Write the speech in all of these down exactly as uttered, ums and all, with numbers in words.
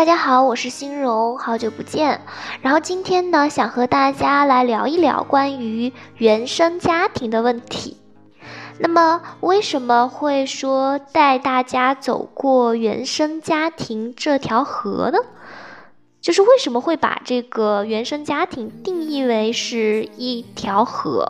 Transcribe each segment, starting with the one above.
大家好，我是欣荣，好久不见。然后今天呢，想和大家来聊一聊关于原生家庭的问题。那么为什么会说带大家走过原生家庭这条河呢？就是为什么会把这个原生家庭定义为是一条河？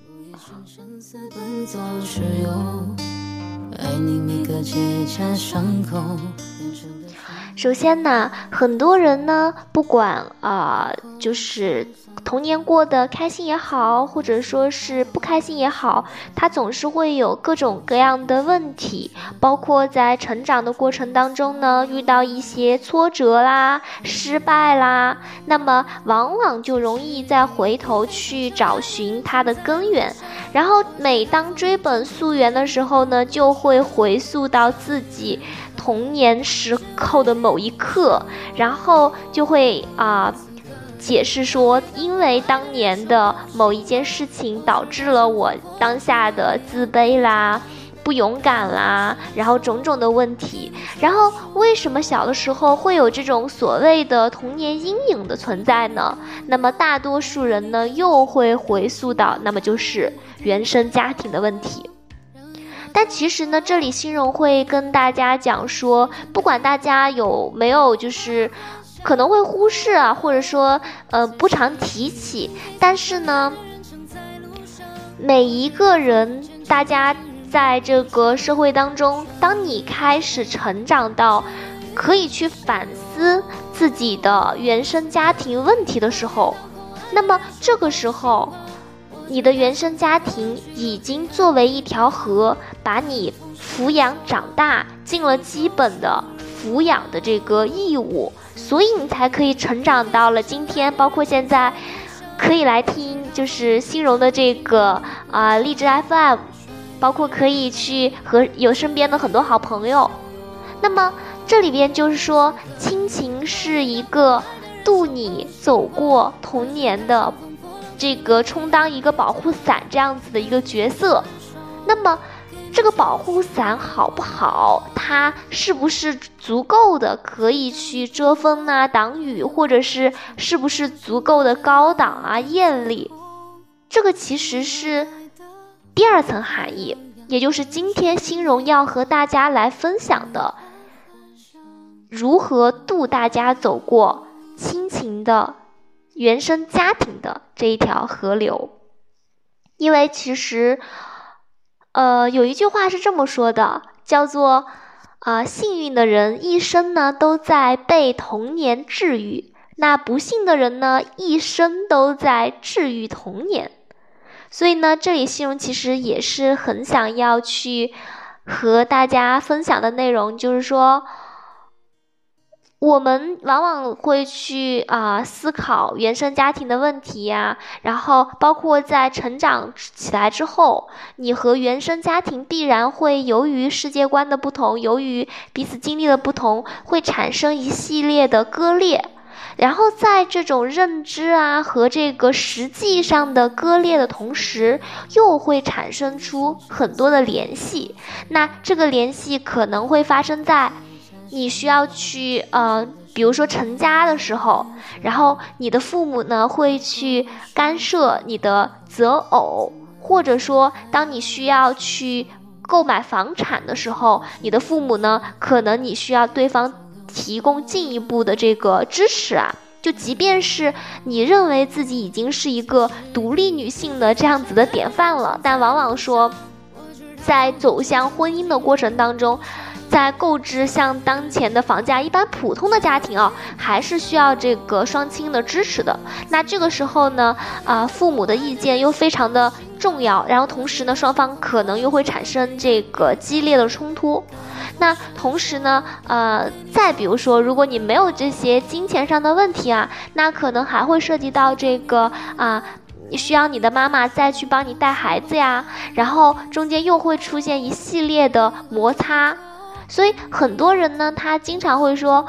首先呢，很多人呢，不管啊、呃，就是童年过得开心也好，或者说是不开心也好，他总是会有各种各样的问题，包括在成长的过程当中呢，遇到一些挫折啦、失败啦，那么往往就容易再回头去找寻它的根源，然后每当追本溯源的时候呢，就会回溯到自己童年时候的某一刻，然后就会啊、呃、解释说，因为当年的某一件事情导致了我当下的自卑啦、不勇敢啦，然后种种的问题。然后为什么小的时候会有这种所谓的童年阴影的存在呢？那么大多数人呢又会回溯到，那么就是原生家庭的问题。但其实呢，这里欣荣会跟大家讲说，不管大家有没有就是可能会忽视啊，或者说呃不常提起，但是呢，每一个人，大家在这个社会当中，当你开始成长到可以去反思自己的原生家庭问题的时候，那么这个时候你的原生家庭已经作为一条河，把你抚养长大，尽了基本的抚养的这个义务，所以你才可以成长到了今天，包括现在可以来听就是欣荣的这个啊、呃、励志 F M， 包括可以去和有身边的很多好朋友。那么这里边就是说，亲情是一个渡你走过童年的这个充当一个保护伞这样子的一个角色。那么这个保护伞好不好，它是不是足够的可以去遮风啊挡雨，或者是是不是足够的高档啊艳丽，这个其实是第二层含义，也就是今天欣荣要和大家来分享的，如何渡大家走过亲情的原生家庭的这一条河流。因为其实呃，有一句话是这么说的，叫做呃，幸运的人一生呢都在被童年治愈，那不幸的人呢一生都在治愈童年。所以呢，这里欣荣其实也是很想要去和大家分享的内容，就是说我们往往会去啊、呃、思考原生家庭的问题呀、啊，然后包括在成长起来之后，你和原生家庭必然会由于世界观的不同，由于彼此经历的不同，会产生一系列的割裂。然后在这种认知啊和这个实际上的割裂的同时，又会产生出很多的联系。那这个联系可能会发生在你需要去呃，比如说成家的时候，然后你的父母呢会去干涉你的择偶，或者说当你需要去购买房产的时候，你的父母呢可能你需要对方提供进一步的这个支持啊。就即便是你认为自己已经是一个独立女性的这样子的典范了，但往往说在走向婚姻的过程当中，在购置像当前的房价，一般普通的家庭啊，还是需要这个双亲的支持的。那这个时候呢，啊、呃，父母的意见又非常的重要，然后同时呢，双方可能又会产生这个激烈的冲突。那同时呢，呃，再比如说，如果你没有这些金钱上的问题啊，那可能还会涉及到这个啊。呃需要你的妈妈再去帮你带孩子呀，然后中间又会出现一系列的摩擦。所以很多人呢，他经常会说，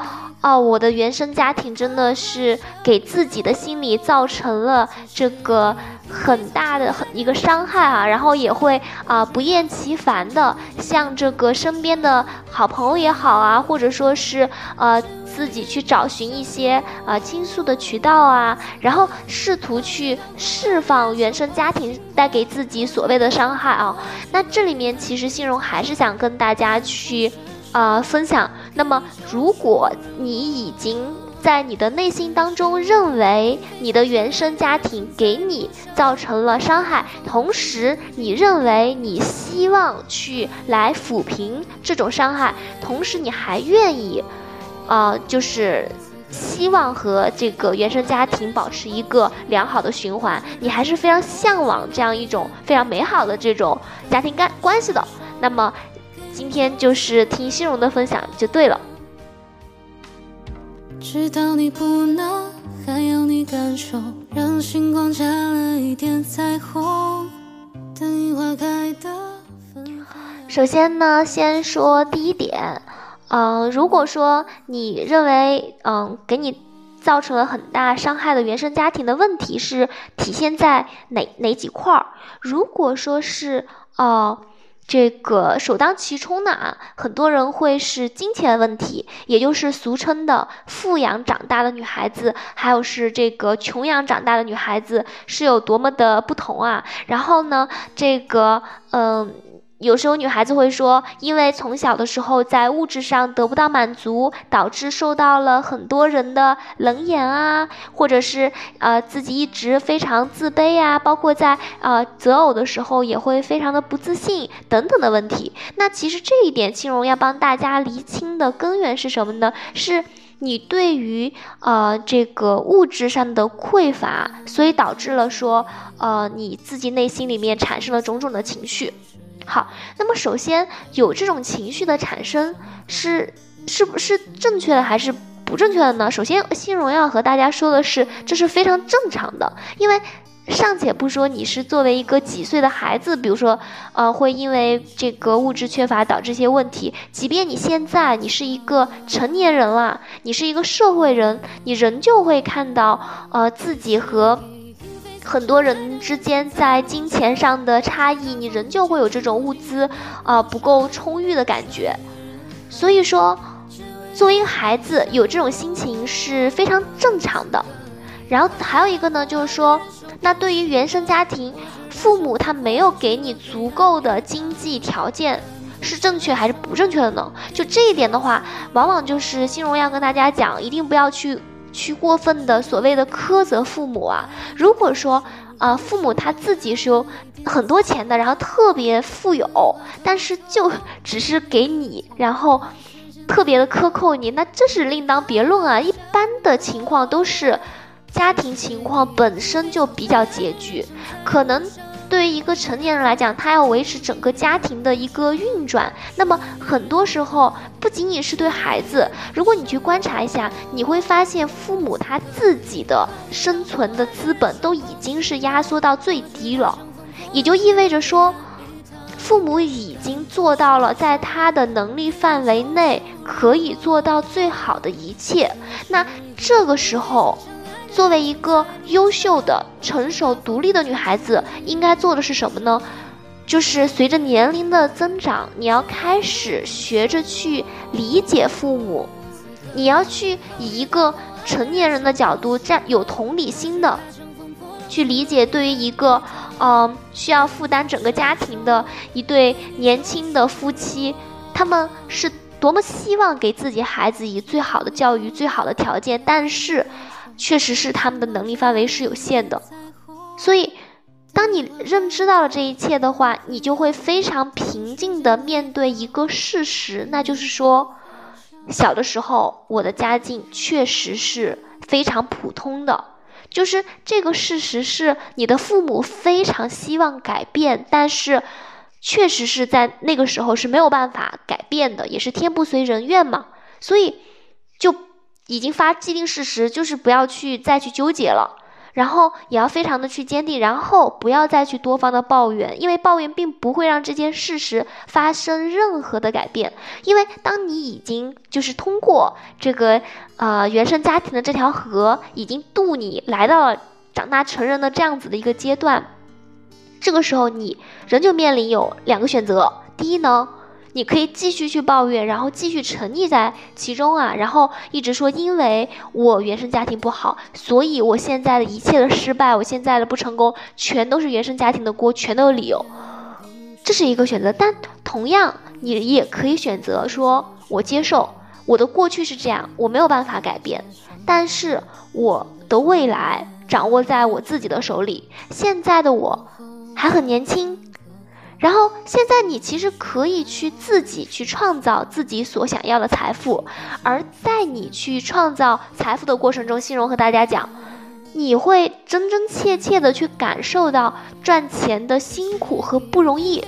哦，我的原生家庭真的是给自己的心理造成了这个很大的一个伤害啊，然后也会啊、呃、不厌其烦的向这个身边的好朋友也好啊，或者说是呃自己去找寻一些呃倾诉的渠道啊，然后试图去释放原生家庭带给自己所谓的伤害啊。那这里面其实欣荣还是想跟大家去呃分享，那么如果你已经在你的内心当中认为你的原生家庭给你造成了伤害，同时你认为你希望去来抚平这种伤害，同时你还愿意呃，就是希望和这个原生家庭保持一个良好的循环，你还是非常向往这样一种非常美好的这种家庭关关系的，那么今天就是听欣荣的分享就对了。 知道你不能，还要你感受，让星光加了一点彩虹，等樱花开的芬芳。 首先呢，先说第一点。嗯、呃，如果说你认为嗯、呃、给你造成了很大伤害的原生家庭的问题是体现在哪哪几块儿？如果说是呃这个首当其冲的啊，很多人会是金钱问题，也就是俗称的富养长大的女孩子，还有是这个穷养长大的女孩子是有多么的不同啊。然后呢，这个嗯。呃有时候女孩子会说，因为从小的时候在物质上得不到满足，导致受到了很多人的冷眼啊，或者是呃自己一直非常自卑啊，包括在呃择偶的时候也会非常的不自信等等的问题。那其实这一点欣荣要帮大家厘清的根源是什么呢？是你对于呃这个物质上的匮乏，所以导致了说呃你自己内心里面产生了种种的情绪。好，那么首先有这种情绪的产生是是不是正确的还是不正确的呢？首先欣荣要和大家说的是，这是非常正常的，因为尚且不说你是作为一个几岁的孩子，比如说呃会因为这个物质缺乏导致一些问题，即便你现在你是一个成年人了，你是一个社会人，你仍旧会看到呃自己和很多人之间在金钱上的差异，你仍旧会有这种物资呃不够充裕的感觉。所以说作为一个孩子有这种心情是非常正常的。然后还有一个呢，就是说那对于原生家庭父母他没有给你足够的经济条件，是正确还是不正确的呢？就这一点的话，往往就是欣荣要跟大家讲，一定不要去去过分的所谓的苛责父母啊。如果说呃父母他自己是有很多钱的，然后特别富有，但是就只是给你然后特别的克扣你，那这是另当别论啊。一般的情况都是家庭情况本身就比较拮据，可能对于一个成年人来讲，他要维持整个家庭的一个运转，那么很多时候不仅仅是对孩子，如果你去观察一下，你会发现父母他自己的生存的资本都已经是压缩到最低了，也就意味着说父母已经做到了在他的能力范围内可以做到最好的一切。那这个时候作为一个优秀的成熟独立的女孩子应该做的是什么呢？就是随着年龄的增长，你要开始学着去理解父母，你要去以一个成年人的角度，站有同理心的去理解对于一个呃需要负担整个家庭的一对年轻的夫妻，他们是多么希望给自己孩子以最好的教育最好的条件，但是确实是他们的能力范围是有限的。所以当你认知到了这一切的话，你就会非常平静地面对一个事实，那就是说小的时候我的家境确实是非常普通的，就是这个事实是你的父母非常希望改变，但是确实是在那个时候是没有办法改变的，也是天不遂人愿嘛。所以就已经发既定事实，就是不要去再去纠结了。 然后也要非常的去坚定，然后不要再去多方的抱怨，因为抱怨并不会让这件事实发生任何的改变。因为当你已经就是通过这个呃原生家庭的这条河，已经渡你来到了长大成人的这样子的一个阶段，这个时候你仍旧面临有两个选择。第一呢，你可以继续去抱怨，然后继续沉溺在其中啊，然后一直说因为我原生家庭不好，所以我现在的一切的失败，我现在的不成功，全都是原生家庭的锅，全都有理由。这是一个选择。但同样你也可以选择说，我接受我的过去是这样，我没有办法改变，但是我的未来掌握在我自己的手里，现在的我还很年轻，然后现在你其实可以去自己去创造自己所想要的财富，而在你去创造财富的过程中，欣荣和大家讲，你会真真切切的去感受到赚钱的辛苦和不容易。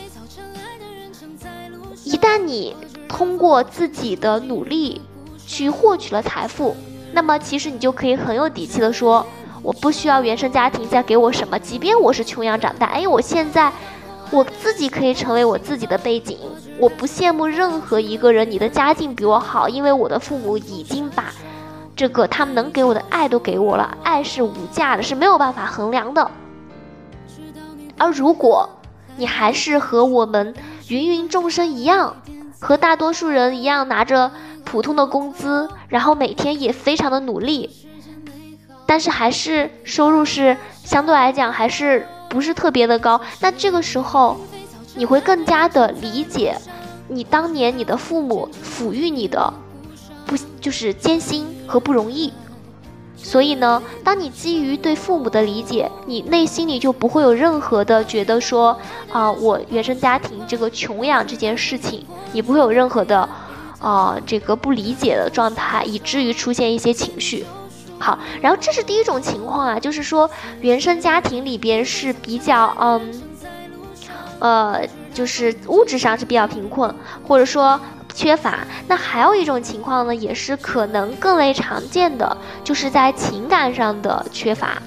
一旦你通过自己的努力去获取了财富，那么其实你就可以很有底气的说，我不需要原生家庭再给我什么，即便我是穷养长大，哎，我现在我自己可以成为我自己的背景，我不羡慕任何一个人你的家境比我好，因为我的父母已经把这个他们能给我的爱都给我了，爱是无价的，是没有办法衡量的。而如果你还是和我们芸芸众生一样，和大多数人一样拿着普通的工资，然后每天也非常的努力，但是还是收入是相对来讲还是不是特别的高，那这个时候你会更加的理解你当年你的父母抚育你的不就是艰辛和不容易。所以呢，当你基于对父母的理解，你内心里就不会有任何的觉得说啊、呃，我原生家庭这个穷养这件事情，你不会有任何的啊、呃、这个不理解的状态，以至于出现一些情绪。好，然后这是第一种情况啊，就是说原生家庭里边是比较嗯呃就是物质上是比较贫困，或者说缺乏。那还有一种情况呢，也是可能更为常见的，就是在情感上的缺乏。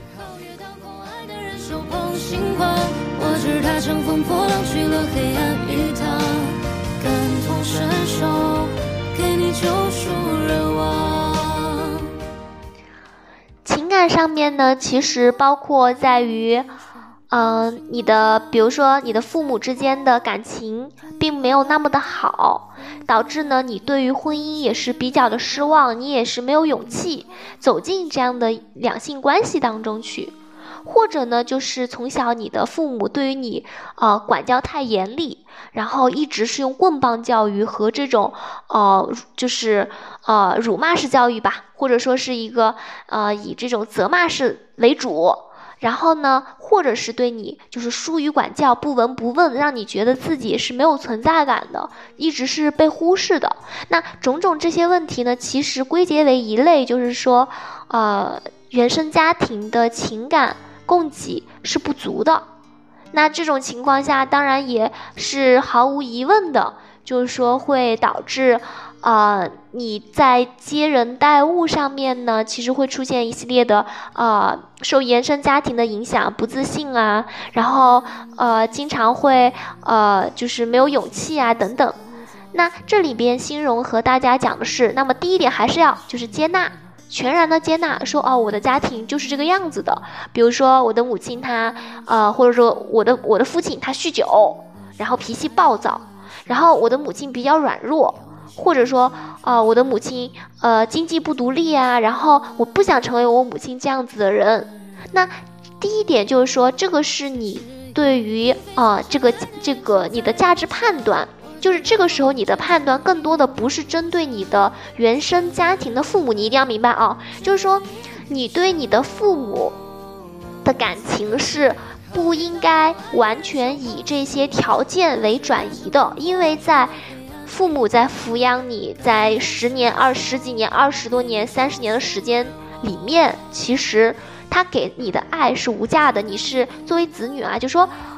我知他乘风破浪去了黑暗与他感同身受，给你救赎热望。情感上面呢，其实包括在于嗯、呃，你的比如说你的父母之间的感情并没有那么的好，导致呢你对于婚姻也是比较的失望，你也是没有勇气走进这样的两性关系当中去。或者呢就是从小你的父母对于你呃管教太严厉，然后一直是用棍棒教育和这种呃就是呃辱骂式教育吧，或者说是一个呃以这种责骂式为主，然后呢或者是对你就是疏于管教，不闻不问，让你觉得自己是没有存在感的，一直是被忽视的。那种种这些问题呢，其实归结为一类，就是说呃原生家庭的情感供给是不足的。那这种情况下当然也是毫无疑问的，就是说会导致呃你在接人待物上面呢，其实会出现一系列的呃受原生家庭的影响，不自信啊，然后呃经常会呃就是没有勇气啊等等。那这里边欣荣和大家讲的是，那么第一点还是要就是接纳，全然的接纳，说哦，我的家庭就是这个样子的。比如说我的母亲她呃，或者说我的我的父亲他酗酒，然后脾气暴躁，然后我的母亲比较软弱，或者说呃我的母亲呃经济不独立啊，然后我不想成为我母亲这样子的人。那第一点就是说，这个是你对于呃这个这个你的价值判断。就是这个时候你的判断更多的不是针对你的原生家庭的父母，你一定要明白啊，就是说你对你的父母的感情是不应该完全以这些条件为转移的，因为在父母在抚养你在十年二十几年二十多年三十年的时间里面，其实他给你的爱是无价的。你是作为子女啊，就说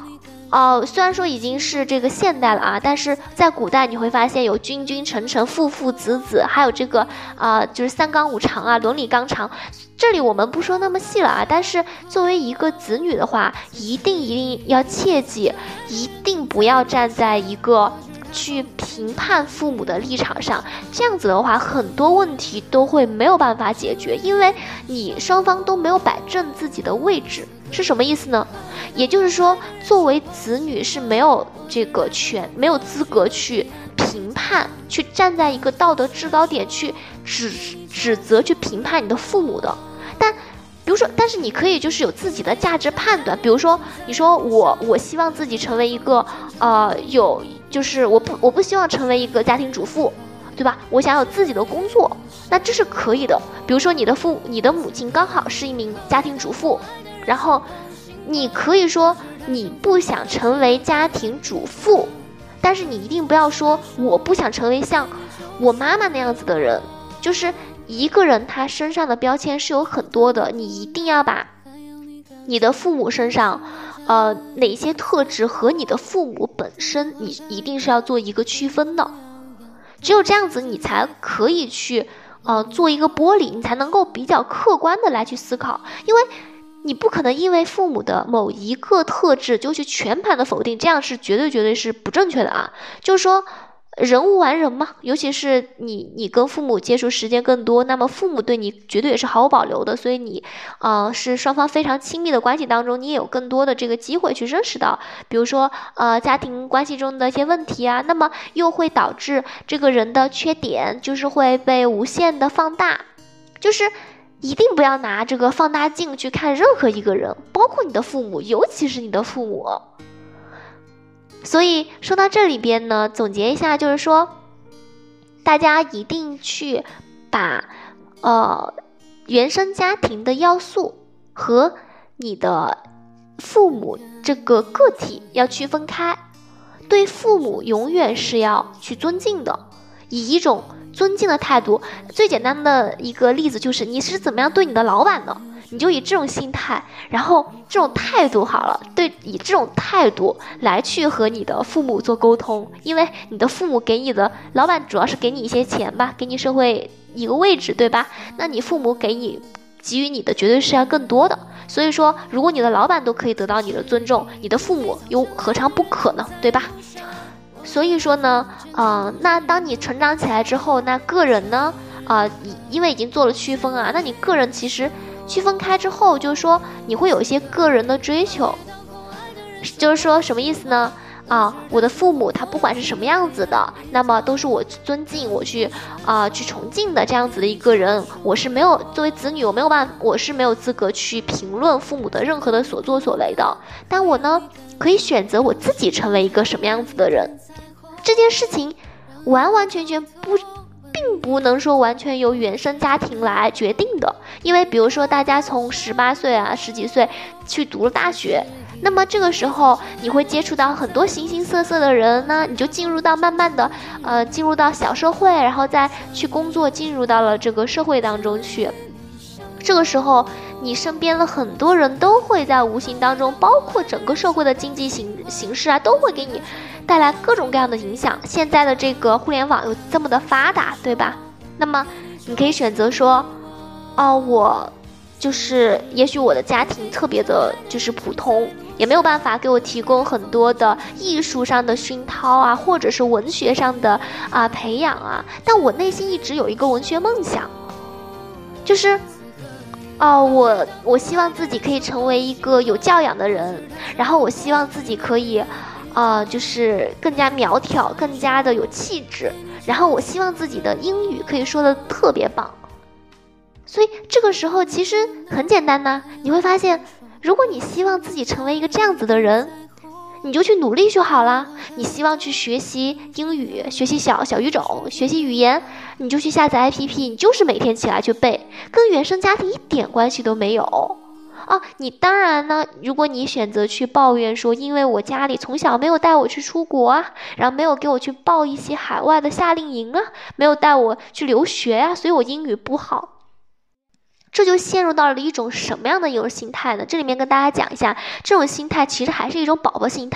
哦、呃，虽然说已经是这个现代了啊，但是在古代你会发现有君君臣臣父父子子，还有这个啊、呃，就是三纲五常啊，伦理纲常。这里我们不说那么细了啊，但是作为一个子女的话，一定一定要切记，一定不要站在一个去评判父母的立场上，这样子的话，很多问题都会没有办法解决，因为你双方都没有摆正自己的位置。是什么意思呢？也就是说，作为子女是没有这个权，没有资格去评判，去站在一个道德制高点去指指责、去评判你的父母的。但比如说，但是你可以就是有自己的价值判断。比如说，你说我我希望自己成为一个呃有，就是我不我不希望成为一个家庭主妇，对吧？我想有自己的工作，那这是可以的。比如说，你的父你的母亲刚好是一名家庭主妇。然后你可以说你不想成为家庭主妇，但是你一定不要说我不想成为像我妈妈那样子的人。就是一个人他身上的标签是有很多的，你一定要把你的父母身上呃哪些特质和你的父母本身你一定是要做一个区分的。只有这样子你才可以去呃做一个剥离，你才能够比较客观的来去思考。因为你不可能因为父母的某一个特质就去全盘的否定，这样是绝对绝对是不正确的啊。就是说人无完人嘛，尤其是你你跟父母接触时间更多，那么父母对你绝对也是毫无保留的，所以你呃是双方非常亲密的关系当中，你也有更多的这个机会去认识到，比如说呃家庭关系中的一些问题啊，那么又会导致这个人的缺点就是会被无限的放大。就是一定不要拿这个放大镜去看任何一个人，包括你的父母，尤其是你的父母。所以说到这里边呢，总结一下就是说，大家一定去把呃原生家庭的要素和你的父母这个个体要区分开。对父母永远是要去尊敬的，以一种尊敬的态度。最简单的一个例子就是你是怎么样对你的老板的，你就以这种心态，然后这种态度好了，对，以这种态度来去和你的父母做沟通。因为你的父母给你的，老板主要是给你一些钱吧，给你社会一个位置，对吧？那你父母给你给予你的绝对是要更多的。所以说如果你的老板都可以得到你的尊重，你的父母又何尝不可呢，对吧？所以说呢，呃，那当你成长起来之后，那个人呢，呃，因为已经做了区分啊，那你个人其实区分开之后，就是说你会有一些个人的追求，就是说什么意思呢？啊，我的父母他不管是什么样子的，那么都是我尊敬、我去啊、呃、去崇敬的这样子的一个人。我是没有作为子女，我没有办法，我是没有资格去评论父母的任何的所作所为的。但我呢，可以选择我自己成为一个什么样子的人。这件事情完完全全不并不能说完全由原生家庭来决定的。因为比如说大家从十八岁啊十几岁去读了大学，那么这个时候你会接触到很多形形色色的人呢，你就进入到慢慢的呃进入到小社会，然后再去工作，进入到了这个社会当中去。这个时候你身边的很多人都会在无形当中，包括整个社会的经济形形势啊，都会给你带来各种各样的影响。现在的这个互联网又这么的发达，对吧？那么你可以选择说，哦，我就是也许我的家庭特别的就是普通，也没有办法给我提供很多的艺术上的熏陶啊，或者是文学上的啊培养啊，但我内心一直有一个文学梦想，就是哦，我我希望自己可以成为一个有教养的人，然后我希望自己可以呃就是更加苗条，更加的有气质，然后我希望自己的英语可以说的特别棒。所以这个时候其实很简单呢，你会发现如果你希望自己成为一个这样子的人，你就去努力就好了。你希望去学习英语，学习小小语种，学习语言，你就去下载 A P P， 你就是每天起来去背，跟原生家庭一点关系都没有啊。你当然呢，如果你选择去抱怨说，因为我家里从小没有带我去出国啊，然后没有给我去报一些海外的夏令营啊，没有带我去留学啊，所以我英语不好。这就陷入到了一种什么样的一种心态呢？这里面跟大家讲一下，这种心态其实还是一种宝宝心态。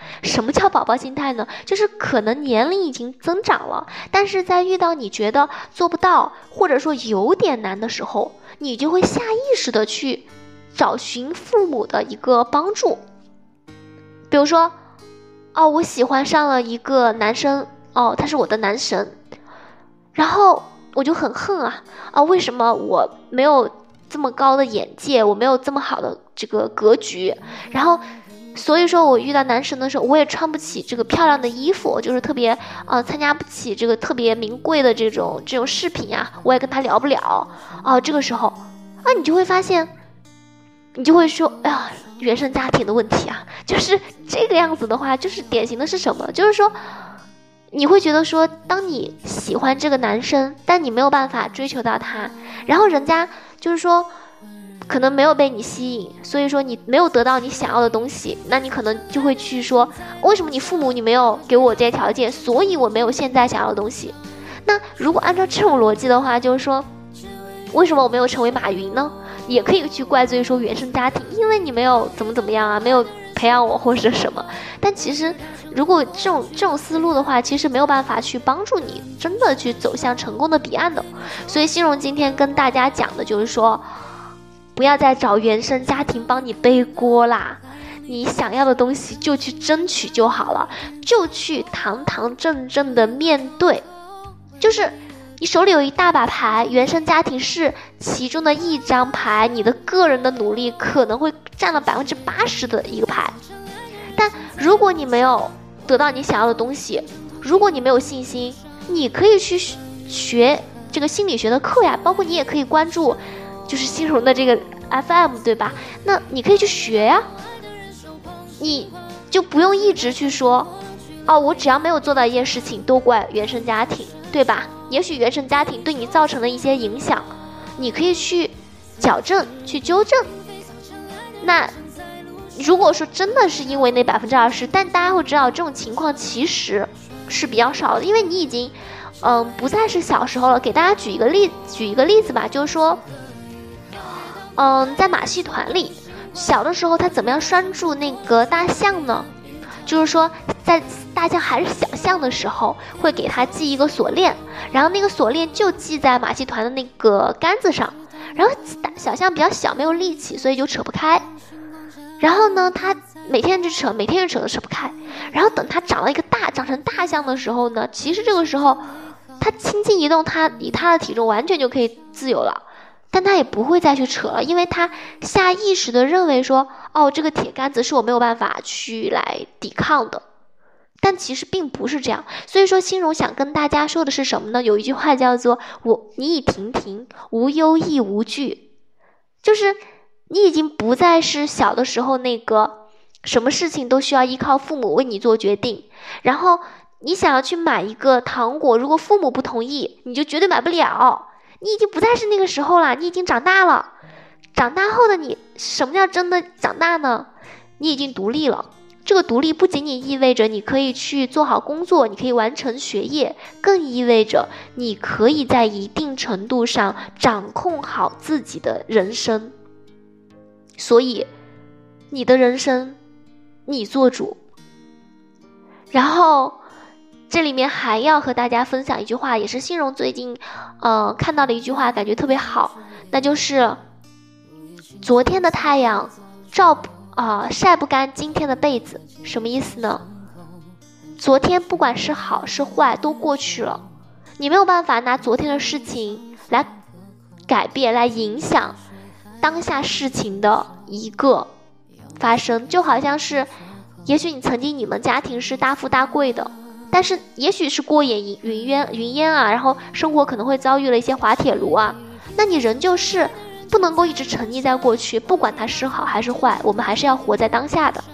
什么叫宝宝心态呢？就是可能年龄已经增长了，但是在遇到你觉得做不到或者说有点难的时候，你就会下意识的去找寻父母的一个帮助。比如说哦，我喜欢上了一个男生，哦，他是我的男神，然后我就很恨啊啊，为什么我没有这么高的眼界，我没有这么好的这个格局，然后所以说我遇到男神的时候，我也穿不起这个漂亮的衣服，就是特别呃参加不起这个特别名贵的这种这种饰品啊，我也跟他聊不了啊、呃。这个时候啊，你就会发现，你就会说，哎呀，原生家庭的问题啊，就是这个样子的话，就是典型的是什么？就是说，你会觉得说，当你喜欢这个男生，但你没有办法追求到他，然后人家就是说，可能没有被你吸引，所以说你没有得到你想要的东西，那你可能就会去说，为什么你父母你没有给我这些条件，所以我没有现在想要的东西。那如果按照这种逻辑的话，就是说，为什么我没有成为马云呢？也可以去怪罪说原生家庭，因为你没有怎么怎么样啊，没有培养我或者什么。但其实如果这种这种思路的话，其实没有办法去帮助你真的去走向成功的彼岸的。所以欣荣今天跟大家讲的就是说，不要再找原生家庭帮你背锅啦，你想要的东西就去争取就好了，就去堂堂正正的面对。就是你手里有一大把牌，原生家庭是其中的一张牌，你的个人的努力可能会占了百分之八十的一个牌。但如果你没有得到你想要的东西，如果你没有信心，你可以去学这个心理学的课呀，包括你也可以关注就是欣荣的这个 F M， 对吧？那你可以去学呀，你就不用一直去说，哦，我只要没有做到一件事情都怪原生家庭，对吧？也许原生家庭对你造成了一些影响，你可以去矫正去纠正。那如果说真的是因为那百分之二十，但大家会知道这种情况其实是比较少的，因为你已经嗯不再是小时候了。给大家举一个例举一个例子吧，就是说嗯在马戏团里，小的时候他怎么样拴住那个大象呢？就是说在大象还是小象的时候，会给它系一个锁链，然后那个锁链就系在马戏团的那个杆子上，然后小象比较小没有力气，所以就扯不开。然后呢，它每天就扯，每天就扯都扯不开。然后等它长了一个大长成大象的时候呢，其实这个时候它轻轻一动，它以它的体重完全就可以自由了。但他也不会再去扯了，因为他下意识的认为说，哦，这个铁杆子是我没有办法去来抵抗的。但其实并不是这样。所以说欣荣想跟大家说的是什么呢？有一句话叫做我你已亭亭，无忧亦无惧，就是你已经不再是小的时候那个什么事情都需要依靠父母为你做决定，然后你想要去买一个糖果，如果父母不同意，你就绝对买不了。你已经不再是那个时候了，你已经长大了。长大后的你，什么叫真的长大呢？你已经独立了。这个独立不仅仅意味着你可以去做好工作，你可以完成学业，更意味着你可以在一定程度上掌控好自己的人生。所以，你的人生，你做主。然后这里面还要和大家分享一句话，也是欣荣最近呃看到的一句话，感觉特别好，那就是昨天的太阳照啊、呃、晒不干今天的被子。什么意思呢？昨天不管是好是坏都过去了，你没有办法拿昨天的事情来改变来影响当下事情的一个发生。就好像是也许你曾经你们家庭是大富大贵的，但是也许是过眼云烟云烟啊，然后生活可能会遭遇了一些滑铁卢啊，那你仍旧是不能够一直沉溺在过去，不管它是好还是坏，我们还是要活在当下的。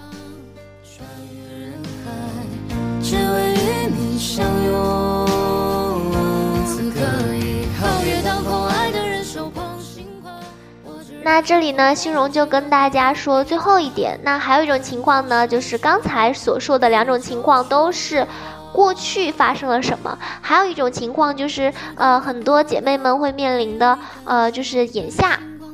只为与你相拥，此刻以后越当空爱的人手捧星光。那这里呢，欣荣就跟大家说最后一点，那还有一种情况呢，就是刚才所说的两种情况都是过去发生了什么，还有一种情况就是呃很多姐妹们会面临的呃就是眼下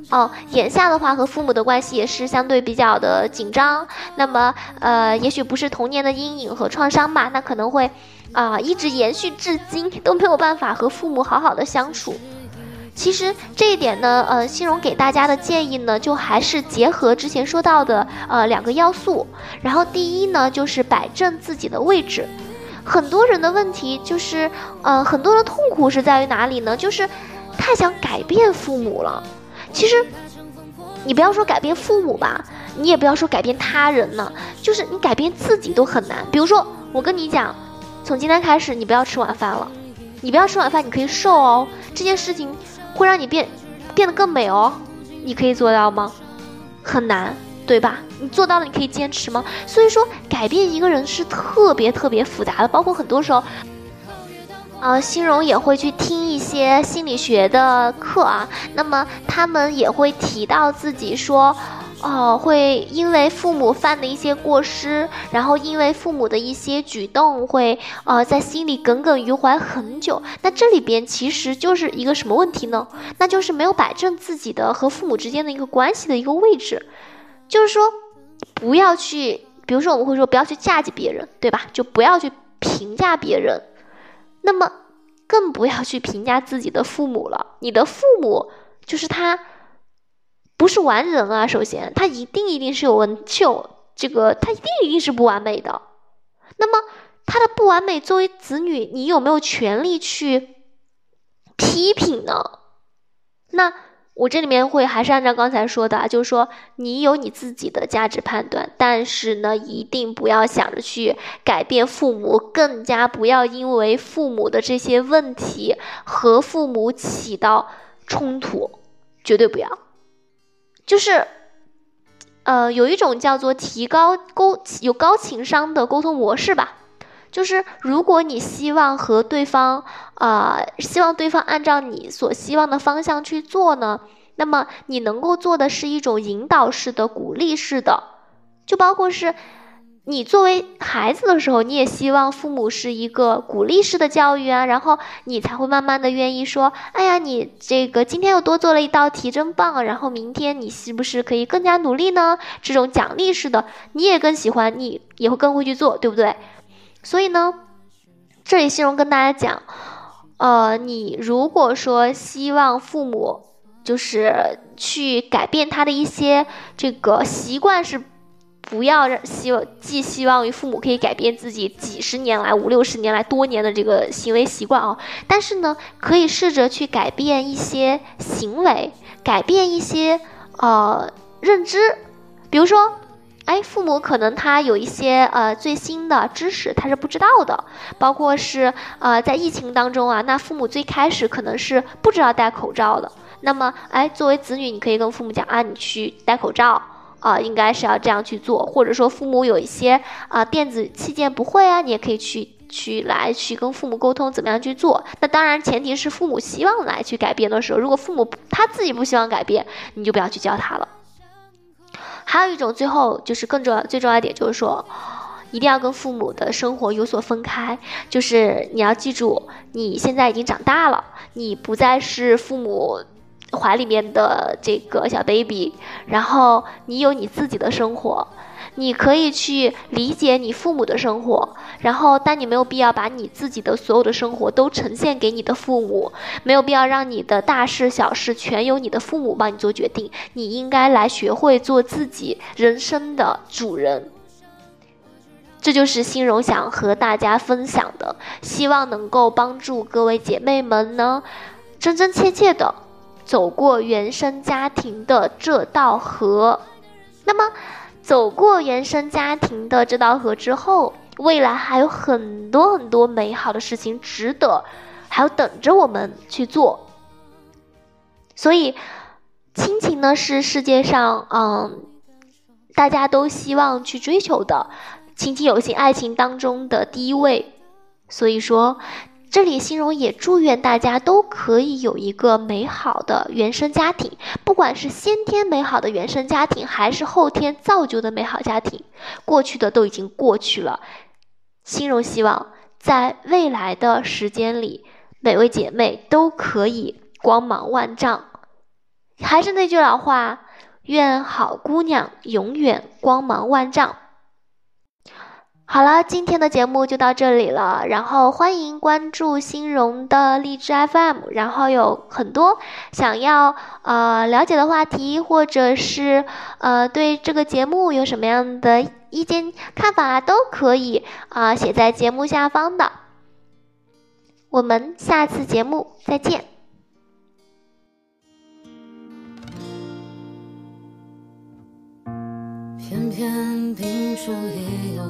哦，眼下的话和父母的关系也是相对比较的紧张，那么呃，也许不是童年的阴影和创伤吧，那可能会啊、呃、一直延续至今，都没有办法和父母好好的相处。其实这一点呢，呃，欣荣给大家的建议呢，就还是结合之前说到的呃两个要素。然后第一呢，就是摆正自己的位置。很多人的问题就是，呃，很多的痛苦是在于哪里呢？就是太想改变父母了。其实，你不要说改变父母吧，你也不要说改变他人呢，就是你改变自己都很难。比如说，我跟你讲，从今天开始，你不要吃晚饭了，你不要吃晚饭，你可以瘦哦。这件事情会让你变变得更美哦，你可以做到吗？很难，对吧？你做到了，你可以坚持吗？所以说，改变一个人是特别特别复杂的，包括很多时候，呃，欣荣也会去听一些心理学的课啊，那么他们也会提到自己说，哦，会因为父母犯的一些过失，然后因为父母的一些举动会呃在心里耿耿于怀很久。那这里边其实就是一个什么问题呢？那就是没有摆正自己的和父母之间的一个关系的一个位置，就是说不要去，比如说我们会说不要去嫁接别人，对吧？就不要去评价别人，那么更不要去评价自己的父母了。你的父母就是他不是完人啊，首先他一定一定是有问是有这个他一定一定是不完美的。那么他的不完美作为子女，你有没有权利去批评呢？那我这里面会还是按照刚才说的，就是说你有你自己的价值判断，但是呢一定不要想着去改变父母，更加不要因为父母的这些问题和父母起到冲突，绝对不要。就是呃，有一种叫做提高沟有高情商的沟通模式吧，就是如果你希望和对方呃，希望对方按照你所希望的方向去做呢，那么你能够做的是一种引导式的、鼓励式的，就包括是你作为孩子的时候，你也希望父母是一个鼓励式的教育啊，然后你才会慢慢的愿意说，哎呀，你这个今天又多做了一道题，真棒，然后明天你是不是可以更加努力呢？这种奖励式的，你也更喜欢，你也会更会去做，对不对？所以呢，这里欣荣跟大家讲，呃，你如果说希望父母就是去改变他的一些这个习惯，是不要让希望寄希望于父母可以改变自己几十年来、五六十年来多年的这个行为习惯啊，但是呢，可以试着去改变一些行为，改变一些呃认知，比如说。哎，父母可能他有一些呃最新的知识他是不知道的，包括是呃在疫情当中啊，那父母最开始可能是不知道戴口罩的，那么哎作为子女你可以跟父母讲啊，你去戴口罩啊、呃，应该是要这样去做，或者说父母有一些啊、呃、电子器件不会啊，你也可以去去来去跟父母沟通怎么样去做。那当然前提是父母希望来去改变的时候，如果父母他自己不希望改变，你就不要去教他了。还有一种最后就是更重要最重要一点就是说，一定要跟父母的生活有所分开，就是你要记住你现在已经长大了，你不再是父母怀里面的这个小 baby， 然后你有你自己的生活，你可以去理解你父母的生活，然后但你没有必要把你自己的所有的生活都呈现给你的父母，没有必要让你的大事小事全由你的父母帮你做决定，你应该来学会做自己人生的主人。这就是欣荣想和大家分享的，希望能够帮助各位姐妹们呢，真真切切的走过原生家庭的这道河。那么走过原生家庭的这道河之后，未来还有很多很多美好的事情值得还有等着我们去做。所以亲情呢是世界上嗯大家都希望去追求的亲情友情爱情当中的第一位。所以说这里欣荣也祝愿大家都可以有一个美好的原生家庭，不管是先天美好的原生家庭，还是后天造就的美好家庭，过去的都已经过去了。欣荣希望在未来的时间里，每位姐妹都可以光芒万丈， 还是那句老话，愿好姑娘永远光芒万丈。好了，今天的节目就到这里了，然后欢迎关注欣荣的荔枝 F M， 然后有很多想要呃了解的话题，或者是呃对这个节目有什么样的意见看法都可以啊、呃、写在节目下方的。我们下次节目再见。 偏偏秉烛也有